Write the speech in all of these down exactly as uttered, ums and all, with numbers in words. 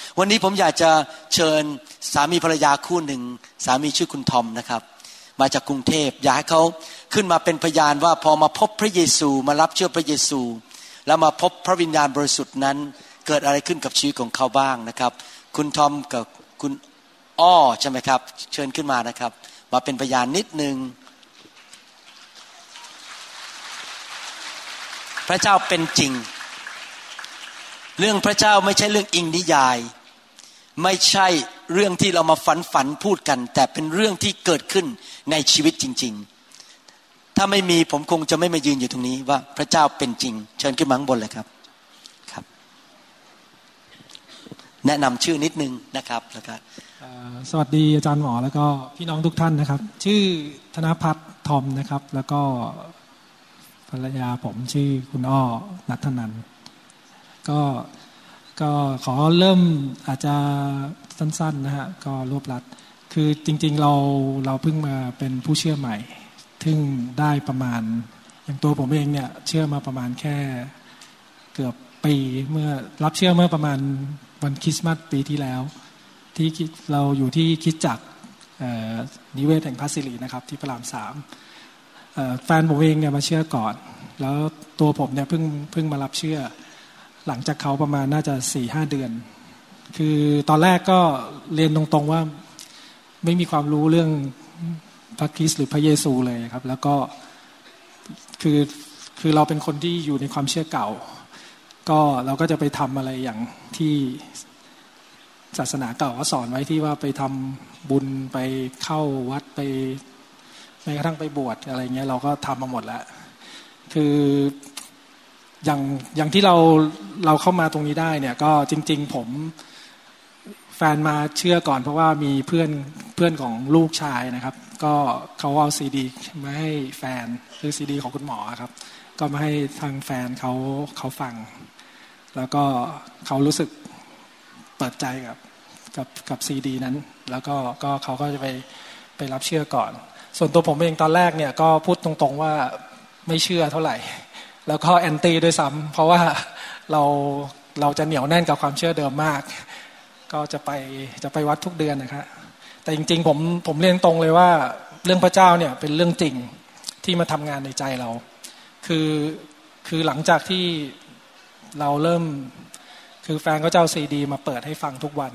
วันนี้ผมอยากจะเชิญสามีภรรยาคู่หนึ่งสามีชื่อคุณทอมนะครับมาจากกรุงเทพอยากให้เขาขึ้นมาเป็นพยานว่าพอมาพบพระเยซูมารับเชื่อพระเยซูแล้วมาพบพระวิญญาณบริสุทธิ์นั้นเกิดอะไรขึ้นกับชีวิตของเขาบ้างนะครับคุณทอมกับคุณอ้อใช่ไหมครับเชิญขึ้นมานะครับมาเป็นพยานนิดนึงพระเจ้าเป็นจริงเรื่องพระเจ้าไม่ใช่เรื่องอิงนิยายไม่ใช่เรื่องที่เรามาฝันฝันพูดกันแต่เป็นเรื่องที่เกิดขึ้นในชีวิตจริงๆถ้าไม่มีผมคงจะไม่มายืนอยู่ตรงนี้ว่าพระเจ้าเป็นจริงเชิญขึ้นมาข้างบนเลยครับครับแนะนำชื่อนิดนึงนะครับแล้วก็สวัสดีอาจารย์หมอแล้วก็พี่น้องทุกท่านนะครับชื่อธนภัทรทอมนะครับแล้วก็ภรรยาผมชื่อคุณอ้อณัฐนันท์ก็ก็ขอเริ่มอาจจะสั้นๆนะฮะก็รวบรัดคือจริงๆเราเราเพิ่งมาเป็นผู้เชื่อใหม่ซึ่งได้ประมาณอย่างตัวผมเองเนี่ยเชื่อมาประมาณแค่เกือบปีเมื่อรับเชื่อเมื่อประมาณวันคริสต์มาสปีที่แล้วที่เราอยู่ที่คริสตจักรนิเวศแห่งพระสิรินะครับที่พระรามสามแฟนผมเองเนี่ยมาเชื่อก่อนแล้วตัวผมเนี่ยเพิ่งเพิ่งมารับเชื่อหลังจากเขาประมาณน่าจะ สี่ห้า เดือนคือตอนแรกก็เรียนตรงๆว่าไม่มีความรู้เรื่องพระคริสต์หรือพระเยซูเลยครับแล้วก็คือคือเราเป็นคนที่อยู่ในความเชื่อเก่าก็เราก็จะไปทำอะไรอย่างที่ศาสนาเก่าเขาสอนไว้ที่ว่าไปทำบุญไปเข้าวัดไปแม้กระทั่งไปบวชอะไรเงี้ยเราก็ทำมาหมดแล้วคืออย่างอย่างที่เราเราเข้ามาตรงนี้ได้เนี่ยก็จริงๆผมแฟนมาเชื่อก่อนเพราะว่ามีเพื่อนเพื่อนของลูกชายนะครับก็เขาเอาซีดีมาให้แฟนคือซีดีของคุณหมอครับก็มาให้ทางแฟนเขาเขาฟังแล้วก็เขารู้สึกเปิดใจกับกับกับซีดีนั้นแล้วก็ก็เขาก็จะไปไปรับเชื่อก่อนส่วนตัวผมเองตอนแรกเนี่ยก็พูดตรงๆว่าไม่เชื่อเท่าไหร่แล้วก็แอนตี้ด้วยซ้ำเพราะว่าเราเราจะเหนียวแน่นกับความเชื่อเดิมมากก็จะไปจะไปวัดทุกเดือนนะครับแต่จริงๆผมผมเรียนตรงเลยว่าเรื่องพระเจ้าเนี่ยเป็นเรื่องจริงที่มาทำงานในใจเราคือคือหลังจากที่เราเริ่มคือแฟนก็จะเอาซีดีมาเปิดให้ฟังทุกวัน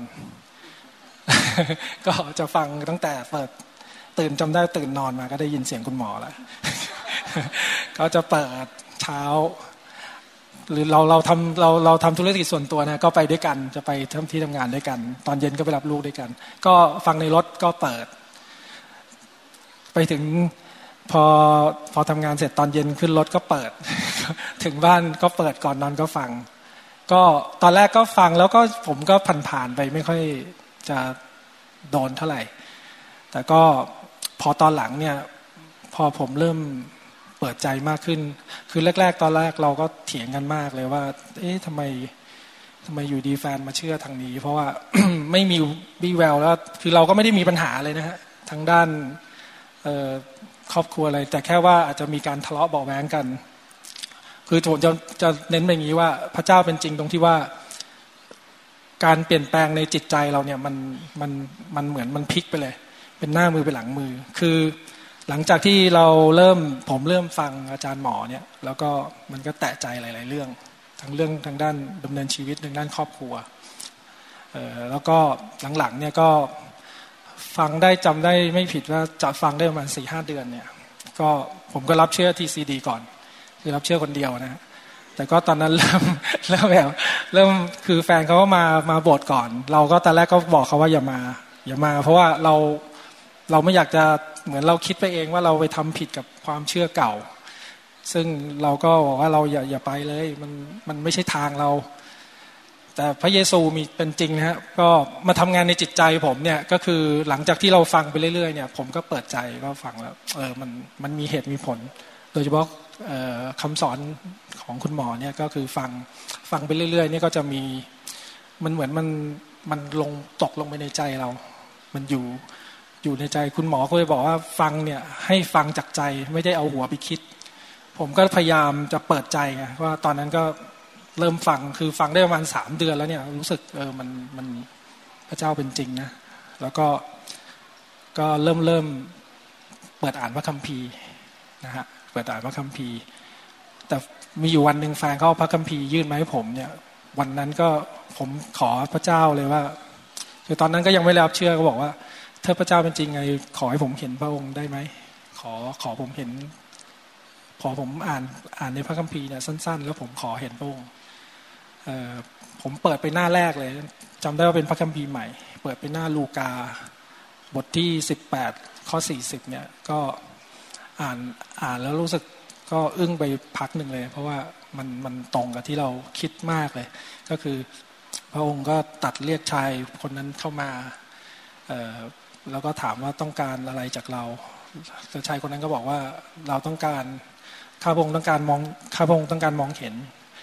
ก็จะฟังตั้งแต่เปิดตื่นจำได้ตื่นนอนมาก็ได้ยินเสียงคุณหมอแล้ว ก็จะเปิดเช้าหรือเราเราทำเราเราทำธุรกิจส่วนตัวนะก็ไปด้วยกันจะไปทำที่ทำงานด้วยกันตอนเย็นก็ไปรับลูกด้วยกันก็ฟังในรถก็เปิดไปถึงพอพอทำงานเสร็จตอนเย็นขึ้นรถก็เปิด ถึงบ้านก็เปิดก่อนนอนก็ฟังก็ตอนแรกก็ฟังแล้วก็ผมก็ผ่านๆไปไม่ค่อยจะโดนเท่าไหร่แต่ก็พอตอนหลังเนี่ยพอผมเริ่มเปิดใจมากขึ้นคือแรกๆตอนแรกเราก็เถียงกันมากเลยว่าเอ๊ะทำไมทำไมอยู่ดีแฟนมาเชื่อทางนี้เพราะว่า ไม่มีวี่แววแล้วคือเราก็ไม่ได้มีปัญหาเลยนะฮะทางด้านครอบครัวอะไรแต่แค่ว่าอาจจะมีการทะเลาะเบาะแว้งกันคือผมจะจะเน้นไปอย่างนี้ว่าพระเจ้าเป็นจริงตรงที่ว่าการเปลี่ยนแปลงในจิตใจเราเนี่ยมันมันมันเหมือนมันพลิกไปเลยเป็นหน้ามือเป็นหลังมือคือหลังจากที่เราเริ่มผมเริ่มฟังอาจารย์หมอเนี่ยแล้วก็มันก็แตะใจหลายๆเรื่องทั้งเรื่องทางด้านดำเนินชีวิตทางด้านครอบครัวเอ่อแล้วก็หลังๆเนี่ยก็ฟังได้จำได้ไม่ผิดว่าจะฟังได้ประมาณ สี่ห้า เดือนเนี่ยก็ผมก็รับเชื่อที่ซีดีก่อนคือรับเชื่อคนเดียวนะแต่ก็ตอนนั้นเริ่มเริ่มแบบเริ่มคือแฟนเขาก็มามาโบสถ์ก่อนเราก็ตอนแรกก็บอกเขาว่าอย่ามาอย่ามาเพราะว่าเราเราไม่อยากจะเหมือนเราคิดไปเองว่าเราไปทำผิดกับความเชื่อเก่าซึ่งเราก็บอกว่าเราอย่าอย่าไปเลยมันมันไม่ใช่ทางเราแต่พระเยซูมีเป็นจริงนะฮะก็มาทำงานในจิตใจผมเนี่ยก็คือหลังจากที่เราฟังไปเรื่อยๆเนี่ยผมก็เปิดใจก็ฟังแล้วเออมันมันมีเหตุมีผลโดยเฉพาะคำสอนของคุณหมอเนี่ยก็คือฟังฟังไปเรื่อยๆนี่ก็จะมีมันเหมือนมันมันลงตกลงไปในใจเรามันอยู่อยู่ในใจคุณหมอก็เลยบอกว่าฟังเนี่ยให้ฟังจากใจไม่ได้เอาหัวไปคิดผมก็พยายามจะเปิดใจไงว่าตอนนั้นก็เริ่มฟังคือฟังได้ประมาณสามเดือนแล้วเนี่ยรู้สึกเออมันมันพระเจ้าเป็นจริงนะแล้วก็ก็เริ่มเริ่มเปิดอ่านพระคัมภีร์นะฮะเปิดอ่านพระคัมภีร์แต่มีอยู่วันหนึ่งแฟนเขาเอาพระคัมภีร์ยื่นมาให้ผมเนี่ยวันนั้นก็ผมขอพระเจ้าเลยว่าคือตอนนั้นก็ยังไม่รับเชื่อก็บอกว่าถ้าพระเจ้าเป็นจริงไงขอให้ผมเห็นพระองค์ได้ไหมขอขอผมเห็นพอผมอ่านอ่านในพระคัมภีร์เนี่ยสั้นๆแล้วผมขอเห็นพระองค์เอ่อผมเปิดไปหน้าแรกเลยจำได้ว่าเป็นพระคัมภีร์ใหม่เปิดไปหน้าลูกาบทที่สิบแปดข้อสี่สิบเนี่ยก็อ่านอ่านแล้วรู้สึกก็อึ้งไปพักหนึ่งเลยเพราะว่ามันมันตรงกับที่เราคิดมากเลยก็คือพระองค์ก็ตัดเรียกชายคนนั้นเข้ามาเอ่อแล้วก็ถามว่าต้องการอะไรจากเราแต่ชายคนนั้นก็บอกว่าเราต้องการข้าพระองค์ต้องการมองข้าพระองค์ต้องการมองเห็น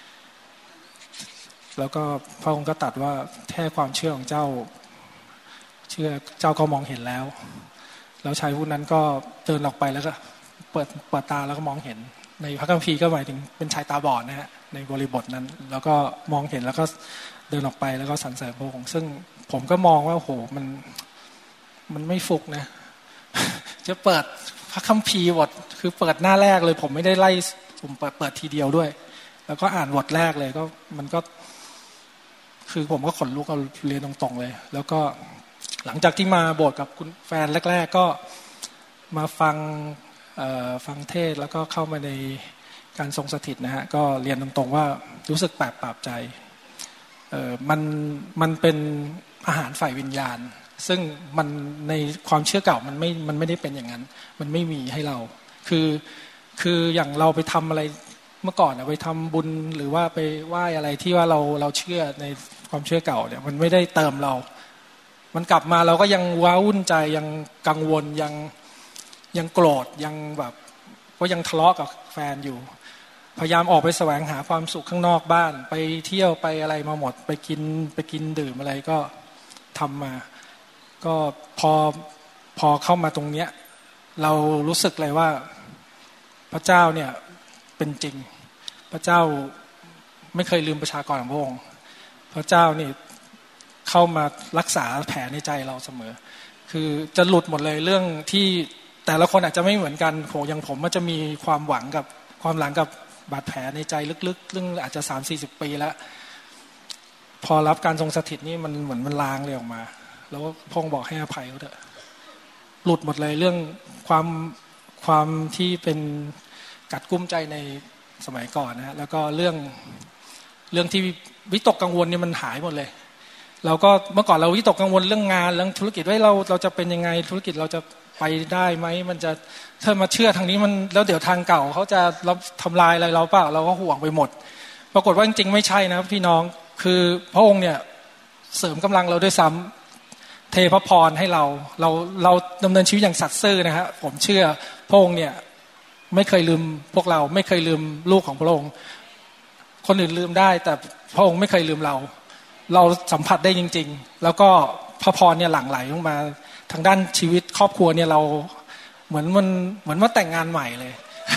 แล้วก็พระองค์ก็ตรัสว่าแค่ความเชื่อของเจ้าเชื่อเจ้าก็มองเห็นแล้วแล้วชายผู้นั้นก็เดินออกไปแล้วก็เปิดเปิดตาแล้วก็มองเห็นในพระคัมภีร์ก็หมายถึงเป็นชายตาบอดนะฮะในบริบทนั้นแล้วก็มองเห็นแล้วก็เดินออกไปแล้วก็สรรเสริญพระองค์ซึ่งผมก็มองว่าโอ้โหมันมันไม่ฟุกนะจะเปิดพระคัมภีร์บทคือเปิดหน้าแรกเลยผมไม่ได้ไล่ผมเปิดเปิดทีเดียวด้วยแล้วก็อ่านบทแรกเลยก็มันก็คือผมก็ขนลุกเอาเรียนตรงๆเลยแล้วก็หลังจากที่มาโบสถ์กับคุณแฟนแรกๆก็มาฟังฟังเทศแล้วก็เข้ามาในการทรงสถิตนะฮะก็เรียนตรงๆว่ารู้สึกแปลกปราบใจเออมันมันเป็นอาหารฝ่ายวิญญาณซึ่งมันในความเชื่อเก่ามันไม่มันไม่ได้เป็นอย่างนั้นมันไม่มีให้เราคือคืออย่างเราไปทำอะไรเมื่อก่อนอะไปทำบุญหรือว่าไปไหว้อะไรที่ว่าเราเราเชื่อในความเชื่อเก่าเนี่ยมันไม่ได้เติมเรามันกลับมาเราก็ยังว้าวุ่นใจยังกังวลยังยังโกรธยังแบบก็ยังทะเลาะกับแฟนอยู่พยายามออกไปแสวงหาความสุขข้างนอกบ้านไปเที่ยวไปอะไรมาหมดไปกินไปกินดื่มอะไรก็ทำมาก็พอพอเข้ามาตรงเนี้ยเรารู้สึกเลยว่าพระเจ้าเนี่ยเป็นจริงพระเจ้าไม่เคยลืมประชากรของพระองค์พระเจ้านี่เข้ามารักษาแผลในใจเราเสมอคือจะหลุดหมดเลยเรื่องที่แต่ละคนอาจจะไม่เหมือนกันโหอย่างผมมันจะมีความหวังกับความหลังกับบาดแผลในใจลึกๆเรื่องอาจจะสามสี่สิบปีแล้วพอรับการทรงสถิตนี่มันเหมือนมันล้างเลยออกมาแล้วพระองค์บอกให้อภัยเขาเถอะหลุดหมดเลยเรื่องความความที่เป็นกัดกุ้มใจในสมัยก่อนนะแล้วก็เรื่องเรื่องที่วิตกกังวลเนี่ยมันหายหมดเลยเราก็เมื่อก่อนเราวิตกกังวลเรื่องงานเรื่องธุรกิจว่าเราเราจะเป็นยังไงธุรกิจเราจะไปได้ไหมมันจะถ้ามาเชื่อทางนี้มันแล้วเดี๋ยวทางเก่าเขาจะทำลายอะไรเราเปล่าเราก็ห่วงไปหมดปรากฏว่าจริงๆไม่ใช่นะพี่น้องคือพระองค์เนี่ยเสริมกำลังเราด้วยซ้ำเทพระพรให้เราเราเราดำเนินชีวิตอย่างสัตย์ซื่อนะฮะผมเชื่อพระองค์เนี่ยไม่เคยลืมพวกเราไม่เคยลืมลูกของพระองค์คนอื่นลืมได้แต่พระองค์ไม่เคยลืมเราเราสัมผัสได้จริงๆแล้วก็พระพรเนี่ยหลั่งไหลลงมาทางด้านชีวิตครอบครัวเนี่ยเราเหมือนมันเหมือนว่าแต่งงานใหม่เลย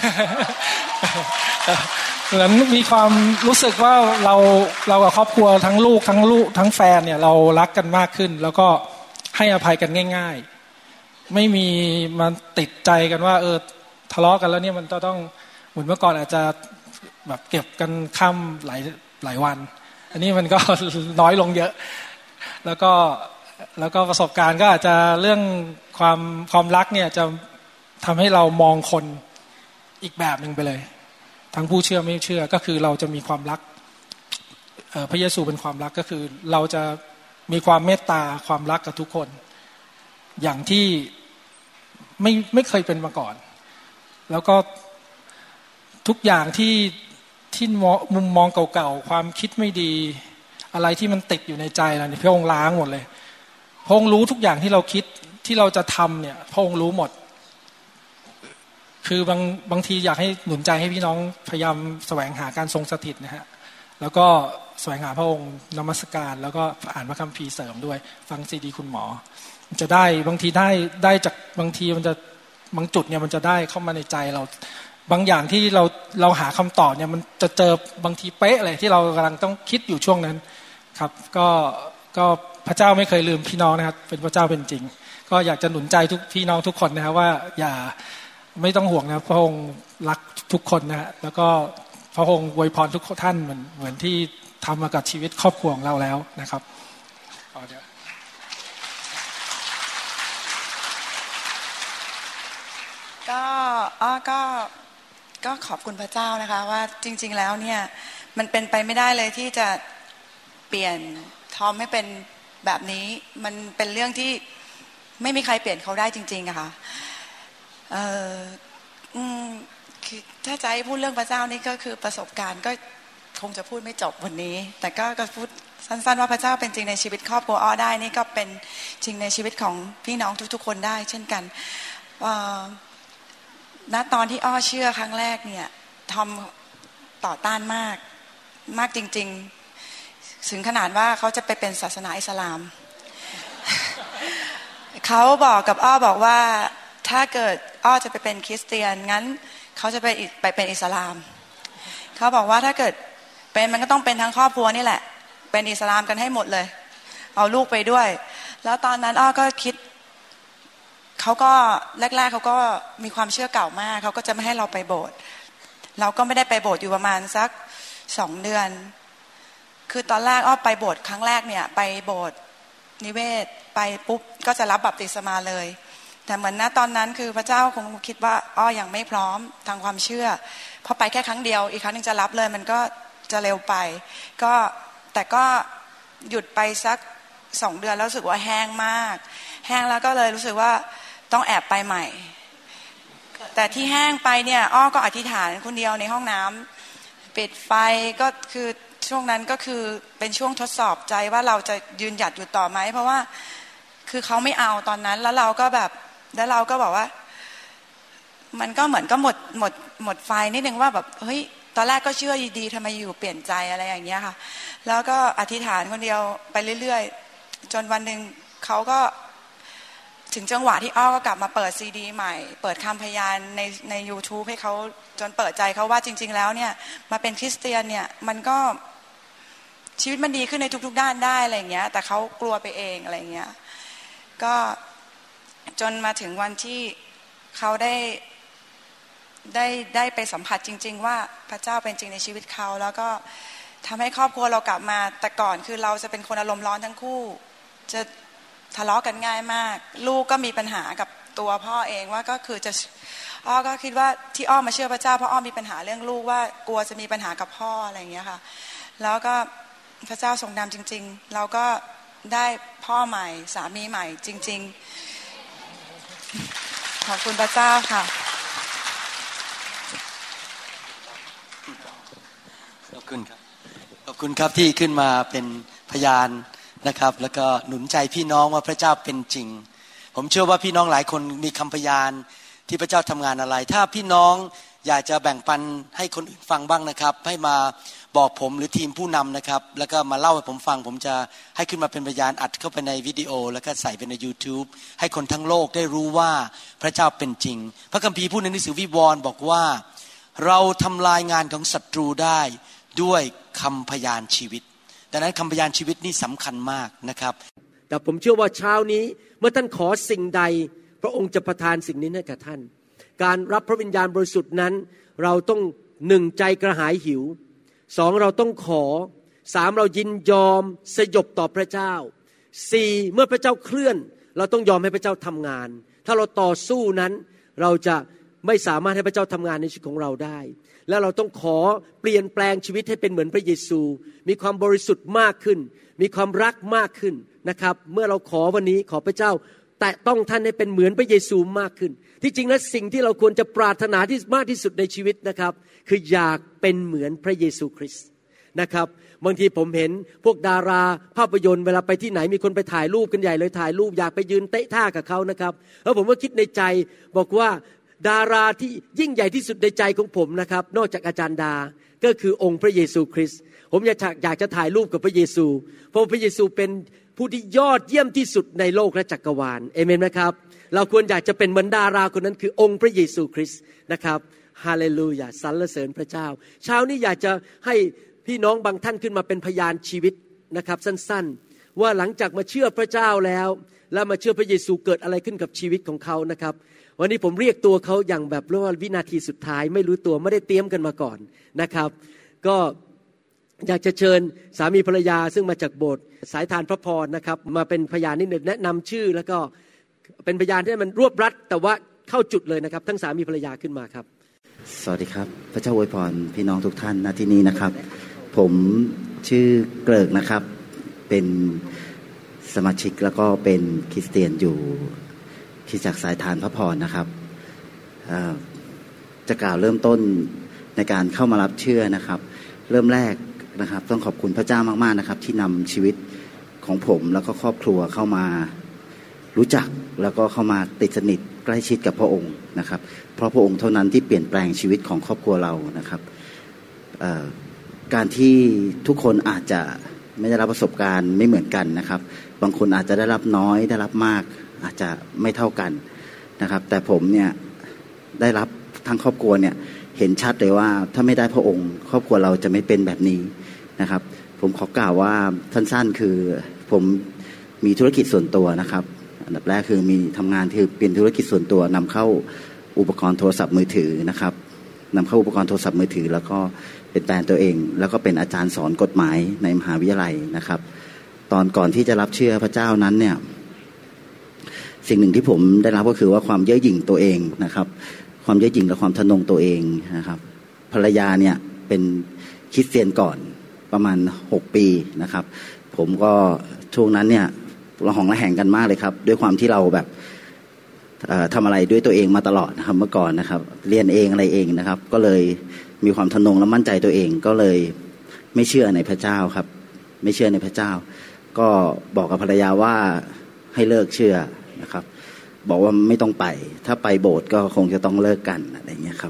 เหมือนมีความรู้สึกว่าเราเรากับครอบครัวทั้งลูกทั้งลูกทั้งแฟนเนี่ยเรารักกันมากขึ้นแล้วก็ให้อภัยกันง่ายๆไม่มีมันติดใจกันว่าเออทะเลาะกันแล้วเนี่ยมันต้องเหมือนเมื่อก่อนอาจจะแบบเก็บกันข้ามหลายหลายวันอันนี้มันก็น้อยลงเยอะแล้วก็แล้วก็ประสบการณ์ก็อาจจะเรื่องความความรักเนี่ยจะทำให้เรามองคนอีกแบบหนึ่งไปเลยทั้งผู้เชื่อไม่เชื่อก็คือเราจะมีความรักพระเยซูเป็นความรักก็คือเราจะมีความเมตตาความรักกับทุกคนอย่างที่ไม่ไม่เคยเป็นมาก่อนแล้วก็ทุกอย่างที่ที่มุมมองเก่าๆความคิดไม่ดีอะไรที่มันติดอยู่ในใจเราเนี่ยพระองค์ล้างหมดเลยพระองค์รู้ทุกอย่างที่เราคิดที่เราจะทำเนี่ยพระองค์รู้หมดคือบางบางทีอยากให้หนุนใจให้พี่น้องพยายามแสวงหาการทรงสถิตนะฮะแล้วก็แสวงหาพระองค์นมัสการแล้วก็อ่านพระคัมภีร์เสริมด้วยฟังซีดีคุณหมอมันจะได้บางทีได้ได้จากบางทีมันจะบางจุดเนี่ยมันจะได้เข้ามาในใจเราบางอย่างที่เราเราหาคำตอบเนี่ยมันจะเจอบางทีเป๊ะเลยที่เรากำลังต้องคิดอยู่ช่วงนั้นครับก็ก็พระเจ้าไม่เคยลืมพี่น้องนะครับเป็นพระเจ้าเป็นจริงก็อยากจะหนุนใจทุกพี่น้องทุกคนนะครับว่าอย่าไม่ต้องห่วงนะพระองค์รักทุกคนนะฮะแล้วก็พระองค์อวยพรทุกท่านเหมือนเหมือนที่ทำมากับชีวิตครอบครัวของเราแล้วนะครับก็อ้อก็ก็ขอบคุณพระเจ้านะคะว่าจริงๆแล้วเนี่ยมันเป็นไปไม่ได้เลยที่จะเปลี่ยนทอมให้เป็นแบบนี้มันเป็นเรื่องที่ไม่มีใครเปลี่ยนเขาได้จริงๆอะค่ะเอออืมคือถ้าจะให้พูดเรื่องพระเจ้านี่ก็คือประสบการณ์ก็คงจะพูดไม่จบวันนี้แต่ก็ก็พูดสั้นๆว่าพระเจ้าเป็นจริงในชีวิตครอบครัวอ้อได้นี่ก็เป็นจริงในชีวิตของพี่น้องทุกๆคนได้เช่นกันณตอนที่อ้อเชื่อครั้งแรกเนี่ยทอมต่อต้านมากมากจริงๆถึงขนาดว่าเขาจะไปเป็นศาสนาอิสลามเขาบอกกับอ้อบอกว่าถ้าเกิดอ้อจะไปเป็นคริสเตียนงั้นเขาจะไปไปเป็นอิสลามเขาบอกว่าถ้าเกิดเป็นมันก็ต้องเป็นทั้งครอบครัวนี่แหละเป็นอิสลามกันให้หมดเลยเอาลูกไปด้วยแล้วตอนนั้นอ้อก็คิดเขาก็แรกๆเขาก็มีความเชื่อเก่ามากเขาก็จะไม่ให้เราไปโบสถ์เราก็ไม่ได้ไปโบสถ์อยู่ประมาณสักสองเดือนคือตอนแรกอ้อไปโบสถ์ครั้งแรกเนี่ยไปโบสถ์นิเวศไปปุ๊บก็จะรับบัพติศมาเลยแต่เหมือนณตอนนั้นคือพระเจ้าคงคิดว่าอ้อยังไม่พร้อมทางความเชื่อพอไปแค่ครั้งเดียวอีกครั้งนึงจะรับเลยมันก็จะเร็วไปก็แต่ก็หยุดไปสักสองเดือนแล้วรู้สึกว่าแห้งมากแห้งแล้วก็เลยรู้สึกว่าต้องแอบไปใหม่แต่ที่แห้งไปเนี่ยอ้อก็อธิษฐานคนเดียวในห้องน้ำปิดไฟก็คือช่วงนั้นก็คือเป็นช่วงทดสอบใจว่าเราจะยืนหยัดอยู่ต่อไหมเพราะว่าคือเขาไม่เอาตอนนั้นแล้วเราก็แบบแล้วเราก็บอกว่ามันก็เหมือนก็หมดหมดหมดไฟนิดนึงว่าแบบเฮ้ยตอนแรกก็เชื่อดีๆทำไมอยู่เปลี่ยนใจอะไรอย่างเงี้ยค่ะแล้วก็อธิษฐานคนเดียวไปเรื่อยๆจนวันหนึ่งเขาก็ถึงจังหวะที่อ้อก็กลับมาเปิดซีดีใหม่เปิดคำพยานในใน YouTube ให้เขาจนเปิดใจเขาว่าจริงๆแล้วเนี่ยมาเป็นคริสเตียนเนี่ยมันก็ชีวิตมันดีขึ้นในทุกๆด้านได้อะไรอย่างเงี้ยแต่เขากลัวไปเองอะไรอย่างเงี้ยก็จนมาถึงวันที่เขาได้ได้ได้ไปสัมผัสจริงๆว่าพระเจ้าเป็นจริงในชีวิตเขาแล้วก็ทำให้ครอบครัวเรากลับมาแต่ก่อนคือเราจะเป็นคนอารมณ์ร้อนทั้งคู่จะทะเลาะกันง่ายมากลูกก็มีปัญหากับตัวพ่อเองว่าก็คือจะอ้อก็คิดว่าที่อ้อมาเชื่อพระเจ้าเพราะอ้อมีปัญหาเรื่องลูกว่ากลัวจะมีปัญหากับพ่ออะไรอย่างเงี้ยค่ะแล้วก็พระเจ้าทรงนำจริงๆเราก็ได้พ่อใหม่สามีใหม่จริงๆขอบคุณพระเจ้าค่ะขอบคุณครับขอบคุณครับที่ขึ้นมาเป็นพยานนะครับแล้วก็หนุนใจพี่น้องว่าพระเจ้าเป็นจริงผมเชื่อว่าพี่น้องหลายคนมีคำพยานที่พระเจ้าทำงานอะไรถ้าพี่น้องอยากจะแบ่งปันให้คนอื่นฟังบ้างนะครับให้มาบอกผมหรือทีมผู้นำนะครับแล้วก็มาเล่าให้ผมฟังผมจะให้ขึ้นมาเป็นพยานอัดเข้าไปในวิดีโอแล้วก็ใส่ไปใน YouTube ให้คนทั้งโลกได้รู้ว่าพระเจ้าเป็นจริงพระคัมภีร์พูดในหนังสือวิวรณ์บอกว่าเราทำลายงานของศัตรูได้ด้วยคำพยานชีวิตดังนั้นคำพยานชีวิตนี่สำคัญมากนะครับแต่ผมเชื่อว่าเช้านี้เมื่อท่านขอสิ่งใดพระองค์จะประทานสิ่งนี้ให้แก่ท่านการรับพระวิญญาณบริสุทธิ์นั้นเราต้องหนึ่งใจกระหายหิวสองเราต้องขอสามเรายินยอมสยบต่อพระเจ้าสี่เมื่อพระเจ้าเคลื่อนเราต้องยอมให้พระเจ้าทำงานถ้าเราต่อสู้นั้นเราจะไม่สามารถให้พระเจ้าทำงานในชีวิตของเราได้แล้วเราต้องขอเปลี่ยนแปลงชีวิตให้เป็นเหมือนพระเยซูมีความบริสุทธิ์มากขึ้นมีความรักมากขึ้นนะครับเมื่อเราขอวันนี้ขอพระเจ้าแตะต้องท่านให้เป็นเหมือนพระเยซูมากขึ้นที่จริงแล้วสิ่งที่เราควรจะปรารถนาที่มากที่สุดในชีวิตนะครับคืออยากเป็นเหมือนพระเยซูคริสต์นะครับบางทีผมเห็นพวกดาราภาพยนตร์เวลาไปที่ไหนมีคนไปถ่ายรูปกันใหญ่เลยถ่ายรูปอยากไปยืนเตะท่ากับเขานะครับแล้วผมก็คิดในใจบอกว่าดาราที่ยิ่งใหญ่ที่สุดในใจของผมนะครับนอกจากอาจารย์ดาก็คือองค์พระเยซูคริสต์ผมอยากอยากจะถ่ายรูปกับพระเยซูเพราะพระเยซูเป็นผู้ที่ยอดเยี่ยมที่สุดในโลกและจักรวาลเอเมนไหมครับเราควรอยากจะเป็นเหมือนดาราคนนั้นคือองค์พระเยซูคริสต์นะครับฮาเลลูยาสรรเสริญพระเจ้าเช้านี้อยากจะให้พี่น้องบางท่านขึ้นมาเป็นพยานชีวิตนะครับสั้นๆว่าหลังจากมาเชื่อพระเจ้าแล้วแล้วมาเชื่อพระเยซูเกิดอะไรขึ้นกับชีวิตของเขานะครับวันนี้ผมเรียกตัวเขาอย่างแบบเรียกว่าวินาทีสุดท้ายไม่รู้ตัวไม่ได้เตรียมกันมาก่อนนะครับก็อยากจะเชิญสามีภรรยาซึ่งมาจากโบสถ์สายทานพระพรนะครับมาเป็นพยานนิดหนึ่งแนะนำชื่อแล้วก็เป็นพยานที่มันรวบรัดแต่ว่าเข้าจุดเลยนะครับทั้งสามีภรรยาขึ้นมาครับสวัสดีครับพระเจ้าอวยพรพี่น้องทุกท่านณที่นี้นะครับผมชื่อเกริกนะครับเป็นสมาชิกแล้วก็เป็นคริสเตียนอยู่คริสตจักรสายทานพระพรนะครับจะกล่าวเริ่มต้นในการเข้ามารับเชื่อนะครับเริ่มแรกนะครับต้องขอบคุณพระเจ้ามากๆนะครับที่นำชีวิตของผมแล้วก็ครอบครัวเข้ามารู้จักแล้วก็เข้ามาติดสนิทใกล้ชิดกับพระองค์นะครับเพราะพระองค์เท่านั้นที่เปลี่ยนแปลงชีวิตของครอบครัวเรานะครับการที่ทุกคนอาจจะไม่ได้รับประสบการณ์ไม่เหมือนกันนะครับบางคนอาจจะได้รับน้อยได้รับมากอาจจะไม่เท่ากันนะครับแต่ผมเนี่ยได้รับทั้งครอบครัวเนี่ยเห็นชัดเลยว่าถ้าไม่ได้พระองค์ครอบครัวเราจะไม่เป็นแบบนี้นะครับผมขอกล่าวว่าสั้นๆคือผมมีธุรกิจส่วนตัวนะครับอันดับแรกคือมีทำงานคือเป็นธุรกิจส่วนตัวนำเข้าอุปกรณ์โทรศัพท์มือถือนะครับนำเข้าอุปกรณ์โทรศัพท์มือถือแล้วก็เป็นแฟนตัวเองแล้วก็เป็นอาจารย์สอนกฎหมายในมหาวิทยาลัยนะครับตอนก่อนที่จะรับเชื่อพระเจ้านั้นเนี่ยสิ่งหนึ่งที่ผมได้รับก็คือว่าความเย่อหยิ่งตัวเองนะครับความเย่อหยิ่งและความทะนงตัวเองนะครับภรรยาเนี่ยเป็นคริสเตียนก่อนประมาณหกปีนะครับผมก็ช่วงนั้นเนี่ยระหองระแหงกันมากเลยครับด้วยความที่เราแบบทำอะไรด้วยตัวเองมาตลอดนะครับเมื่อก่อนนะครับเรียนเองอะไรเองนะครับก็เลยมีความทะนงและมั่นใจตัวเองก็เลยไม่เชื่อในพระเจ้าครับไม่เชื่อในพระเจ้าก็บอกกับภรรยาว่าให้เลิกเชื่อนะครับบอกว่าไม่ต้องไปถ้าไปโบสถ์ก็คงจะต้องเลิกกันอะไรเงี้ยครับ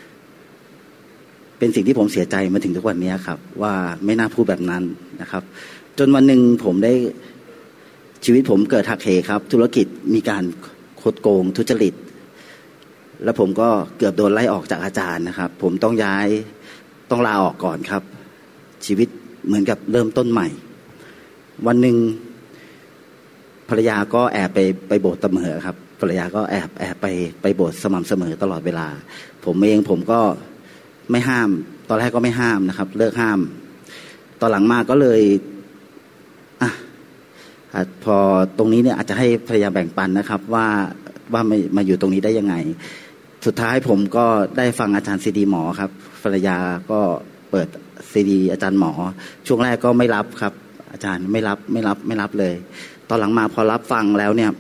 เป็นสิ่งที่ผมเสียใจมาถึงทุกวันนี้ครับว่าไม่น่าพูดแบบนั้นนะครับจนวันหนึ่งผมได้ชีวิตผมเกิดหักเหครับธุรกิจมีการคดโกงทุจริตแล้วผมก็เกือบโดนไล่ออกจากอาจารย์นะครับผมต้องย้ายต้องลาออกก่อนครับชีวิตเหมือนกับเริ่มต้นใหม่วันหนึ่งภรรยาก็แอบไปไปโบสถ์เสมอครับภรรยาก็แอบแอบไปไปโบสถ์สม่ำเสมอตลอดเวลาผมเองผมก็ไม่ห้ามตอนแรกก็ไม่ห้ามนะครับเลิกห้ามตอนหลังมาก็เลยอ่ะพอตรงนี้เนี่ยอาจจะให้ภรรยาแบ่งปันนะครับว่าว่ามามาอยู่ตรงนี้ได้ยังไงสุดท้ายผมก็ได้ฟังอาจารย์ซีดีหมอครับภรรยาก็เปิดซีดีอาจารย์หมอช่วงแรกก็ไม่รับครับอาจารย์ไม่รับไม่รับไม่รับเลยตอนหลังมาพอรับฟังแล้วเนี่ย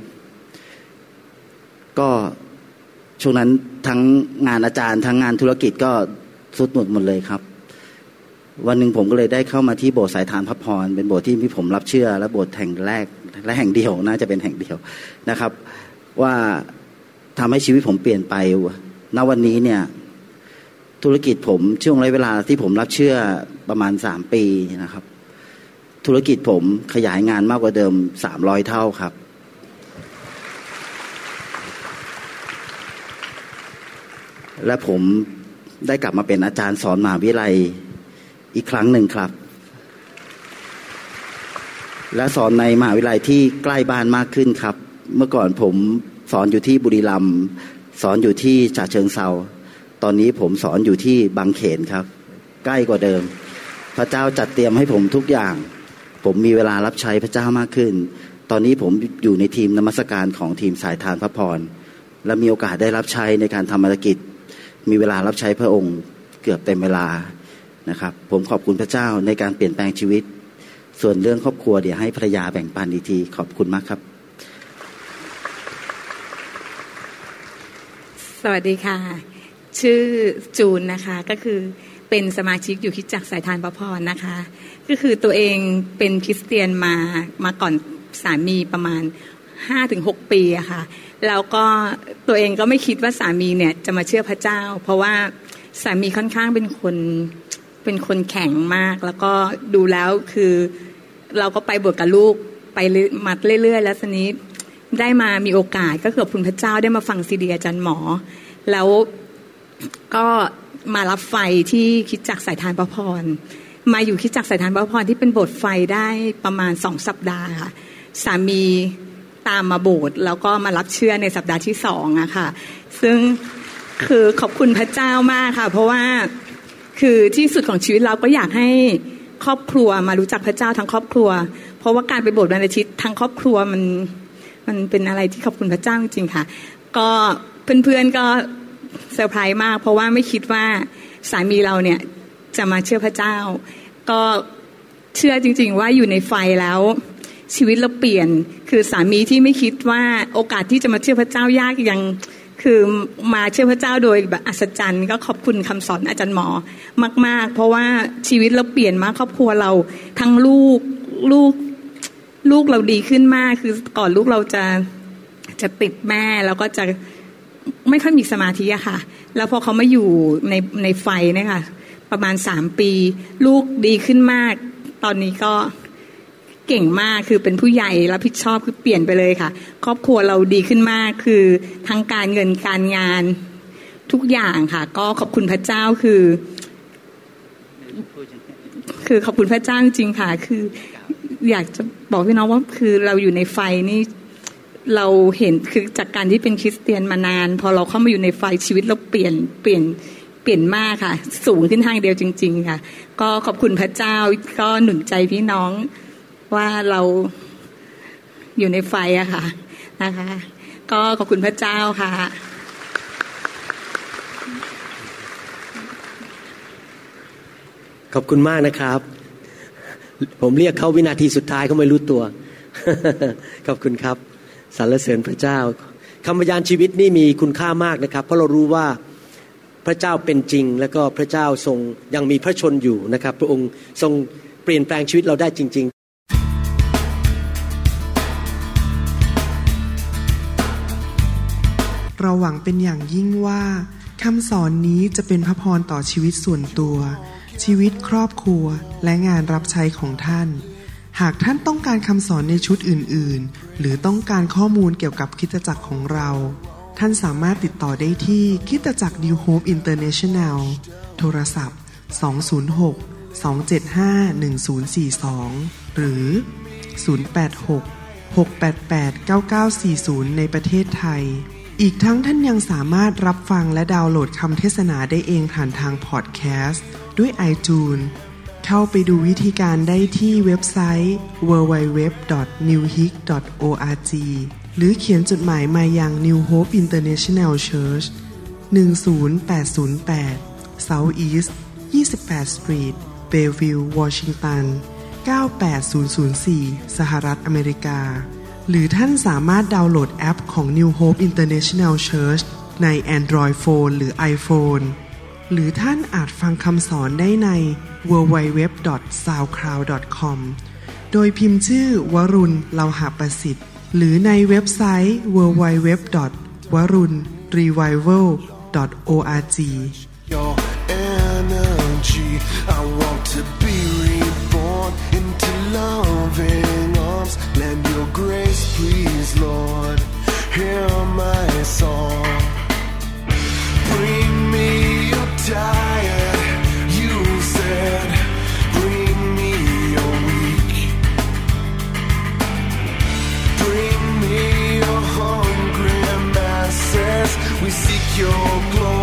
ก็ช่วงนั้นทั้งงานอาจารย์ทั้งงานธุรกิจก็สุดหมดหมดเลยครับวันหนึ่งผมก็เลยได้เข้ามาที่โบสถ์สายทานพระพรเป็นโบสถ์ที่ที่ผมรับเชื่อและโบสถ์แห่งแรกและแห่งเดียวน่าจะเป็นแห่งเดียวนะครับว่าทำให้ชีวิตผมเปลี่ยนไปณวันนี้เนี่ยธุรกิจผมช่วงระยะเวลาที่ผมรับเชื่อประมาณสามปีนะครับธุรกิจผมขยายงานมากกว่าเดิมสามร้อยเท่าครับและผมได้กลับมาเป็นอาจารย์สอนมหาวิทยาลัยอีกครั้งหนึ่งครับและสอนในมหาวิทยาลัยที่ใกล้บ้านมากขึ้นครับเมื่อก่อนผมสอนอยู่ที่บุรีรัมย์สอนอยู่ที่ฉะเชิงเทราตอนนี้ผมสอนอยู่ที่บางเขนครับใกล้กว่าเดิมพระเจ้าจัดเตรียมให้ผมทุกอย่างผมมีเวลารับใช้พระเจ้ามากขึ้นตอนนี้ผมอยู่ในทีมนมัสการของทีมสายทานพระพรและมีโอกาสได้รับใช้ในการทำภารกิจมีเวลารับใช้พระองค์เกือบเต็มเวลานะครับผมขอบคุณพระเจ้าในการเปลี่ยนแปลงชีวิตส่วนเรื่องครอบครัวเดี๋ยวให้ภรรยาแบ่งปันอีกทีขอบคุณมากครับสวัสดีค่ะชื่อจูนนะคะก็คือเป็นสมาชิกอยู่คริสตจักรสายทานพระพรนะคะก็คือตัวเองเป็นคริสเตียนมามาก่อนสามีประมาณ ห้าถึงหก ปีอะค่ะแล้วก็ตัวเองก็ไม่คิดว่าสามีเนี่ยจะมาเชื่อพระเจ้าเพราะว่าสามีค่อนข้างเป็นคนเป็นคนแข็งมากแล้วก็ดูแล้วคือเราก็ไปบวชกับลูกไปมาเรื่อยๆแล้วทีนี้ได้มามีโอกาสก็ขอบคุณพระเจ้าได้มาฟังซีดีอาจารย์หมอแล้วก็มารับไฟที่คริสตจักรสายทานพระพรมาอยู่คริสตจักรสายทานพระพรที่เป็นโบสถ์ไฟได้ประมาณสองสัปดาห์ค่ะสามีตามมาโบสถ์แล้วก็มารับเชื่อในสัปดาห์ที่สองอะค่ะซึ่งคือขอบคุณพระเจ้ามากค่ะเพราะว่าคือที่สุดของชีวิตเราก็อยากให้ครอบครัวมารู้จักพระเจ้าทั้งครอบครัวเพราะว่าการไปโบสถ์วันอาทิตย์ทั้งครอบครัวมันมันเป็นอะไรที่ขอบคุณพระเจ้าจริงๆค่ะก็เพื่อนๆก็เซอร์ไพรส์มากเพราะว่าไม่คิดว่าสามีเราเนี่ยจะมาเชื่อพระเจ้าก็เชื่อจริงๆว่าอยู่ในไฟแล้วชีวิตเราเปลี่ยนคือสามีที่ไม่คิดว่าโอกาสที่จะมาเชื่อพระเจ้ายากยังคือมาเชื่อพระเจ้าโดยแบบอัศจรรย์ก็ขอบคุณคำสอนอาจารย์หมอมากๆเพราะว่าชีวิตเราเปลี่ยนมากครอบครัวเราทั้งลูกลูกลูกเราดีขึ้นมากคือก่อนลูกเราจะจะติดแม่แล้วก็จะไม่ค่อยมีสมาธิอะค่ะแล้วพอเขามาอยู่ในในไฟเนี่ยค่ะประมาณสามปีลูกดีขึ้นมากตอนนี้ก็เก่งมากคือเป็นผู้ใหญ่รับผิดชอบคือเปลี่ยนไปเลยค่ะครอบครัวเราดีขึ้นมากคือทั้งการเงินการงานทุกอย่างค่ะก็ขอบคุณพระเจ้าคือคือขอบคุณพระเจ้าจริงค่ะคืออยากจะบอกพี่น้องว่าคือเราอยู่ในไฟนี่เราเห็นคือจากการที่เป็นคริสเตียนมานานพอเราเข้ามาอยู่ในไฟชีวิตเราเปลี่ยนเปลี่ยนเปลี่ยนมากค่ะสูงขึ้นทางเดียวจริงๆค่ะก็ขอบคุณพระเจ้าก็หนุนใจพี่น้องว่าเราอยู่ในไฟอะค่ะนะคะก็ขอบคุณพระเจ้าค่ะขอบคุณมากนะครับผมเรียกเขาวินาทีสุดท้ายเขาไม่รู้ตัว ขอบคุณครับสรรเสริญพระเจ้าคำพยานชีวิตนี่มีคุณค่ามากนะครับเพราะเรารู้ว่าพระเจ้าเป็นจริงแล้วก็พระเจ้าทรงยังมีพระชนอยู่นะครับพระองค์ทรงเปลี่ยนแปลงชีวิตเราได้จริงๆเราหวังเป็นอย่างยิ่งว่าคำสอนนี้จะเป็นพระพรต่อชีวิตส่วนตัวชีวิตครอบครัวและงานรับใช้ของท่านหากท่านต้องการคำสอนในชุดอื่นๆหรือต้องการข้อมูลเกี่ยวกับคริสตจักรของเราท่านสามารถติดต่อได้ที่คริสตจักร New Hope International โทรศัพท์สอง ศูนย์ หก สอง เจ็ด ห้า หนึ่ง ศูนย์ สี่ สองหรือศูนย์ แปด หก หก แปด แปด เก้า เก้า สี่ ศูนย์ในประเทศไทยอีกทั้งท่านยังสามารถรับฟังและดาวน์โหลดคำเทศนาได้เองผ่านทางพอดแคสต์ด้วย iTunes เข้าไปดูวิธีการได้ที่เว็บไซต์ ดับเบิลยู ดับเบิลยู ดับเบิลยู ดอท นิว ฮิก ดอท โอ อาร์ จี หรือเขียนจดหมายมายัง New Hope International Church หนึ่ง ศูนย์ แปด ศูนย์ แปด South East ยี่สิบแปด Street Bellevue Washington เก้า แปด ศูนย์ ศูนย์ สี่ สหรัฐอเมริกาหรือท่านสามารถดาวน์โหลดแอปของ New Hope International Church ใน Android Phone หรือ iPhone หรือท่านอาจฟังคำสอนได้ใน ดับเบิลยู ดับเบิลยู ดับเบิลยู ดอท ซาวด์คลาวด์ ดอท คอม โดยพิมพ์ชื่อวรุณ เลาหะประสิทธิ์หรือในเว็บไซต์ ดับเบิลยู ดับเบิลยู ดับเบิลยู ดอท วรุณ รีไววัล ดอท โอ อาร์ จี Your energy, I want to be reborn into loving arms. Lend your grace, please, Lord. Hear my song. Bring me your tired, you said. Bring me your weak. Bring me your hungry masses. We seek your glory.